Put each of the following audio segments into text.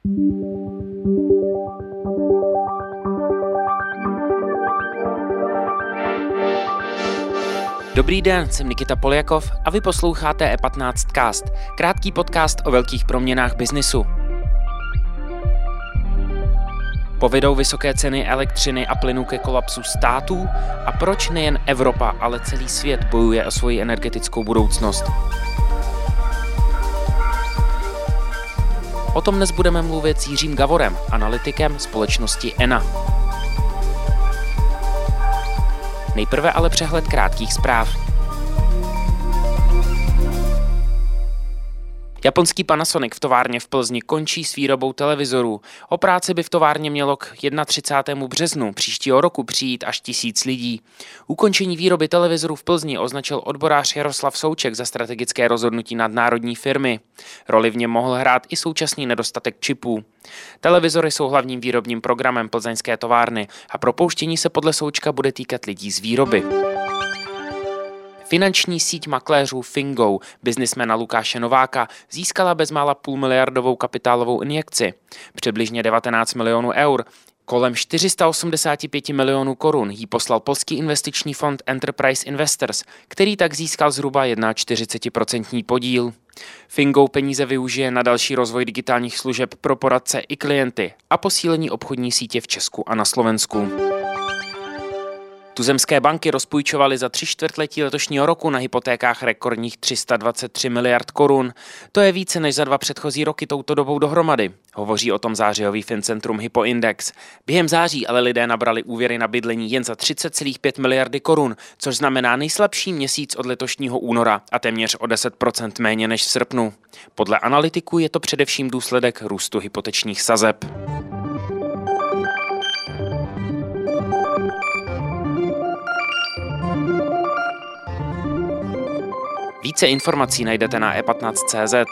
Dobrý den, jsem Nikita Poljakov a vy posloucháte E15cast, krátký podcast o velkých proměnách biznisu. Povedou vysoké ceny elektřiny a plynu ke kolapsu států a proč nejen Evropa, ale celý svět bojuje o svoji energetickou budoucnost. O tom dnes budeme mluvit s Jiřím Gavorem, analytikem společnosti ENA. Nejprve ale přehled krátkých zpráv. Japonský Panasonic v továrně v Plzni končí s výrobou televizorů. O práci by v továrně mělo k 31. březnu příštího roku přijít až 1000 lidí. Ukončení výroby televizorů v Plzni označil odborář Jaroslav Souček za strategické rozhodnutí nadnárodní firmy. Roli v něm mohl hrát i současný nedostatek čipů. Televizory jsou hlavním výrobním programem plzeňské továrny a propouštění se podle Součka bude týkat lidí z výroby. Finanční síť makléřů Fingo, biznismena Lukáše Nováka, získala bezmála půlmiliardovou kapitálovou injekci. Přibližně 19 milionů eur, kolem 485 milionů korun jí poslal polský investiční fond Enterprise Investors, který tak získal zhruba 41% podíl. Fingo peníze využije na další rozvoj digitálních služeb pro poradce i klienty a posílení obchodní sítě v Česku a na Slovensku. Tuzemské banky rozpůjčovaly za 3 čtvrtletí letošního roku na hypotékách rekordních 323 miliard korun. To je více než za 2 předchozí roky touto dobou dohromady. Hovoří o tom zářijový Fincentrum Hypoindex. Během září ale lidé nabrali úvěry na bydlení jen za 30,5 miliardy korun, což znamená nejslabší měsíc od letošního února a téměř o 10% méně než v srpnu. Podle analytiků je to především důsledek růstu hypotečních sazeb. Více informací najdete na e15.cz.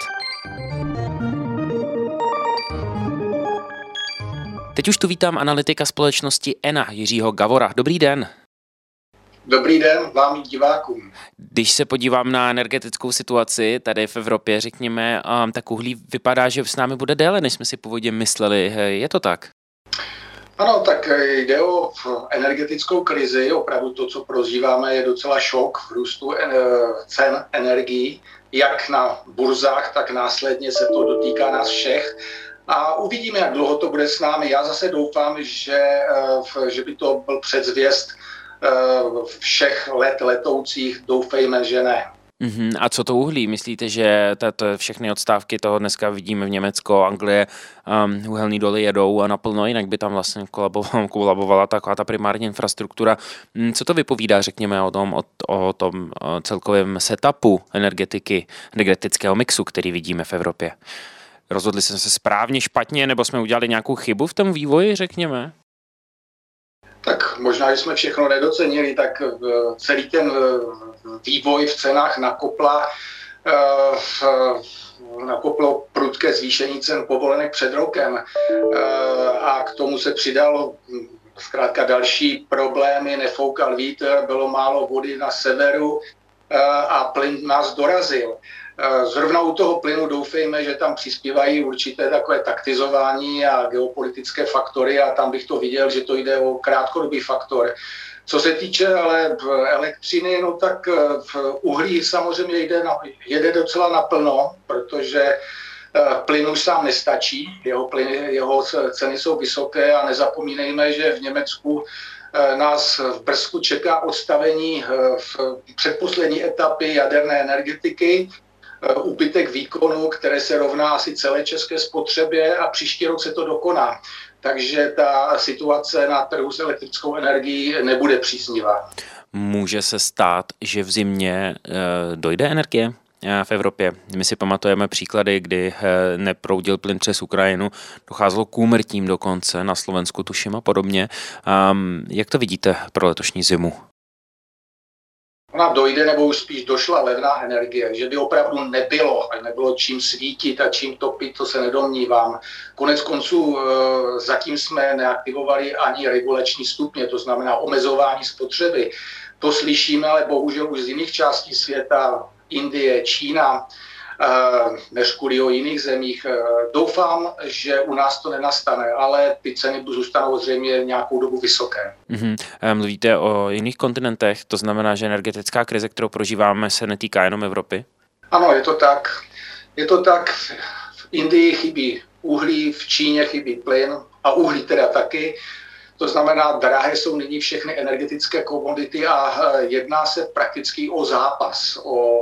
Teď už tu vítám analytika společnosti ENA Jiřího Gavora. Dobrý den. Dobrý den vám divákům. Když se podívám na energetickou situaci tady v Evropě, řekněme, tak uhlí vypadá, že s námi bude déle, než jsme si původně mysleli. Je to tak? Ano, tak jde o energetickou krizi. Opravdu to, co prožíváme, je docela šok v růstu cen energií, jak na burzách, tak následně se to dotýká nás všech. A uvidíme, jak dlouho to bude s námi. Já zase doufám, že by to byl předzvěst všech letoucích. Doufejme, že ne. A co to uhlí? Myslíte, že všechny odstávky toho dneska vidíme v Německu, Anglie, uhelný doly jedou a naplno, jinak by tam vlastně kolabovala taková ta primární infrastruktura. Co to vypovídá, řekněme, o tom celkovém setupu energetického mixu, který vidíme v Evropě? Rozhodli jsme se správně, špatně, nebo jsme udělali nějakou chybu v tom vývoji, řekněme? Tak možná, že jsme všechno nedocenili, tak celý ten vývoj v cenách nakoplo prudké zvýšení cen povolenek před rokem a k tomu se přidalo zkrátka další problémy, nefoukal vítr, bylo málo vody na severu a plyn nás dorazil. Zrovna u toho plynu doufejme, že tam přispívají určité takové taktizování a geopolitické faktory a tam bych to viděl, že to jde o krátkodobý faktor. Co se týče ale elektřiny, no tak uhlí samozřejmě jede docela naplno, protože plyn už sám nestačí, jeho ceny jsou vysoké a nezapomínejme, že v Německu nás v Brzku čeká odstavení v předposlední etapy jaderné energetiky, úbytek výkonu, které se rovná asi celé české spotřebě a příští rok se to dokoná. Takže ta situace na trhu s elektrickou energií nebude příznivá. Může se stát, že v zimě dojde energie v Evropě? My si pamatujeme příklady, kdy neproudil plyn přes Ukrajinu, docházelo k úmrtím dokonce, na Slovensku tuším a podobně. Jak to vidíte pro letošní zimu? Ona dojde, nebo už spíš došla levná energie, že by opravdu nebylo čím svítit a čím topit, to se nedomnívám. Konec konců zatím jsme neaktivovali ani regulační stupně, to znamená omezování spotřeby. To slyšíme, ale bohužel už z jiných částí světa, Indie, Čína. než kvůli o jiných zemích. Doufám, že u nás to nenastane, ale ty ceny zůstanou zřejmě nějakou dobu vysoké. Mluvíte o jiných kontinentech, to znamená, že energetická krize, kterou prožíváme, se netýká jenom Evropy? Ano, je to tak. Je to tak. V Indii chybí uhlí, v Číně chybí plyn a uhlí teda taky. To znamená, drahé jsou nyní všechny energetické komodity a jedná se prakticky o zápas,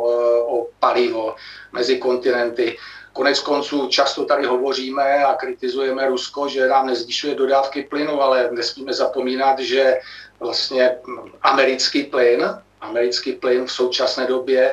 o palivo mezi kontinenty. Konec konců často tady hovoříme a kritizujeme Rusko, že nám nezvyšuje dodávky plynu, ale nesmíme zapomínat, že vlastně americký plyn v současné době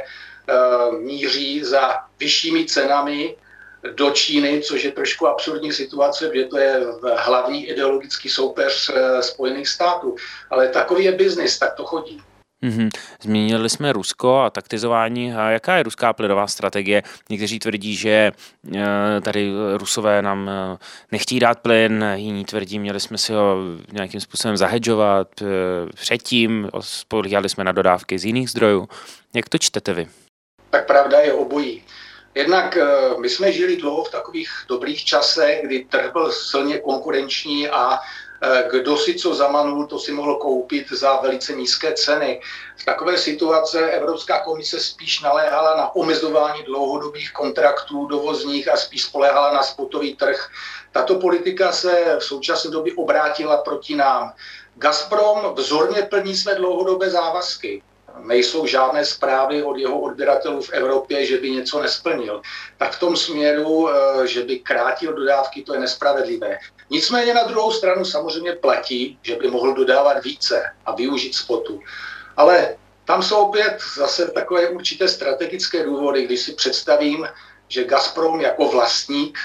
míří za vyššími cenami do Číny, což je trošku absurdní situace, protože to je hlavní ideologický soupeř Spojených států. Ale takový je biznis, tak to chodí. Zmínili jsme Rusko a taktizování. A jaká je ruská plynová strategie? Někteří tvrdí, že tady Rusové nám nechtějí dát plyn, jiní tvrdí, měli jsme si ho nějakým způsobem zahedžovat předtím, spoléhali jsme na dodávky z jiných zdrojů. Jak to čtete vy? Tak pravda je obojí. Jednak my jsme žili dlouho v takových dobrých časech, kdy trh byl silně konkurenční a kdo si co zamanul, to si mohl koupit za velice nízké ceny. V takové situace Evropská komise spíš naléhala na omezování dlouhodobých kontraktů dovozních a spíš spoléhala na spotový trh. Tato politika se v současné době obrátila proti nám. Gazprom vzorně plní své dlouhodobé závazky. Nejsou žádné zprávy od jeho odběratelů v Evropě, že by něco nesplnil. Tak v tom směru, že by krátil dodávky, to je nespravedlivé. Nicméně na druhou stranu samozřejmě platí, že by mohl dodávat více a využít spotu. Ale tam jsou opět zase takové určité strategické důvody, když si představím, že Gazprom jako vlastník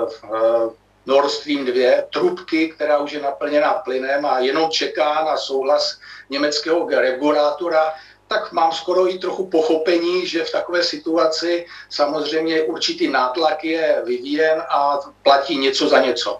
Nord Stream 2, trubky, která už je naplněná plynem a jenom čeká na souhlas německého regulátora, tak mám skoro i trochu pochopení, že v takové situaci samozřejmě určitý nátlak je vyvíjen a platí něco za něco.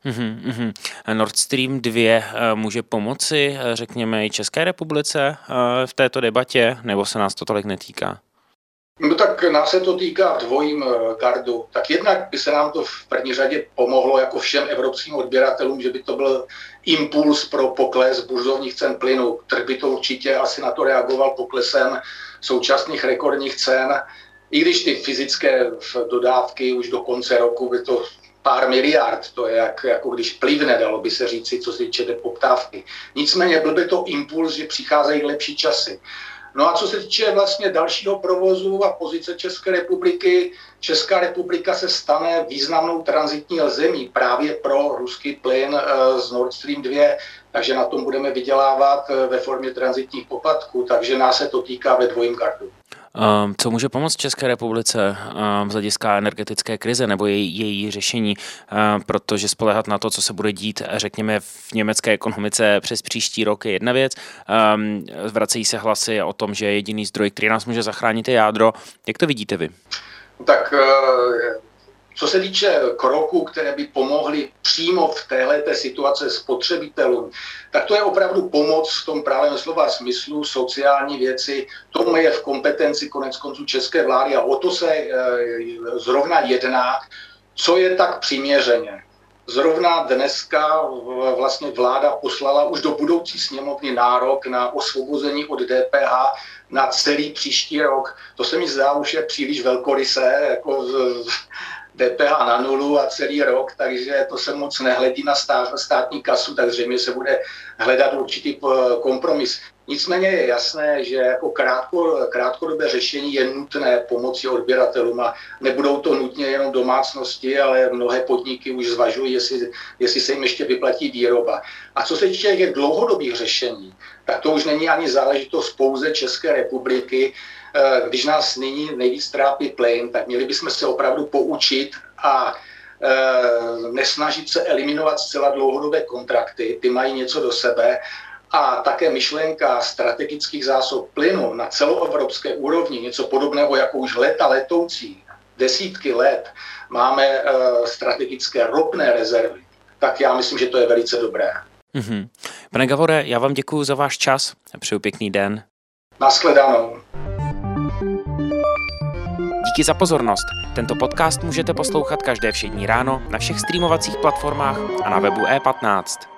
Nord Stream 2 může pomoci, řekněme, i České republice v této debatě, nebo se nás to tolik netýká? No tak nás se to týká v dvojím gardu. Tak jednak by se nám to v první řadě pomohlo jako všem evropským odběratelům, že by to byl impuls pro pokles burzovních cen plynu. Trh by to určitě asi na to reagoval poklesem současných rekordních cen. I když ty fyzické dodávky už do konce roku by to pár miliard, to je jako když plivne, dalo by se říci, co se týče poptávky. Nicméně byl by to impuls, že přicházejí lepší časy. No a co se týče vlastně dalšího provozu a pozice České republiky, Česká republika se stane významnou tranzitní zemí právě pro ruský plyn z Nord Stream 2, takže na tom budeme vydělávat ve formě tranzitních poplatků, takže nás se to týká ve dvojím gardu. Co může pomoct České republice z hlediska energetické krize nebo její řešení, protože spoléhat na to, co se bude dít, řekněme, v německé ekonomice přes příští rok je jedna věc. Vracejí se hlasy o tom, že jediný zdroj, který nás může zachránit, je jádro. Jak to vidíte vy? Tak co se týče kroků, které by pomohly přímo v téhleté situace spotřebitelům, tak to je opravdu pomoc v tom právém slova smyslu, sociální věci. To je v kompetenci konec konců české vlády a o to se zrovna jedná, co je tak přiměřeně. Zrovna dneska vlastně vláda poslala už do budoucí sněmovny nárok na osvobození od DPH na celý příští rok. To se mi zdá už je příliš velkorysé, jako DPH na nulu a celý rok, takže to se moc nehledí na státní kasu, tak zřejmě se bude hledat určitý kompromis. Nicméně je jasné, že jako krátkodobé řešení je nutné pomoci odběratelům a nebudou to nutně jenom domácnosti, ale mnohé podniky už zvažují, jestli se jim ještě vyplatí výroba. A co se týče těch dlouhodobých řešení, tak to už není ani záležitost pouze České republiky. Když nás nyní nejvíc trápí plyn, tak měli bychom se opravdu poučit a nesnažit se eliminovat zcela dlouhodobé kontrakty, ty mají něco do sebe. A také myšlenka strategických zásob plynu na celoevropské úrovni, něco podobného jako už letoucí, desítky let, máme strategické ropné rezervy, tak já myslím, že to je velice dobré. Pane Gavore, já vám děkuji za váš čas a přeju pěkný den. Nashledanou. Díky za pozornost. Tento podcast můžete poslouchat každé všední ráno na všech streamovacích platformách a na webu E15.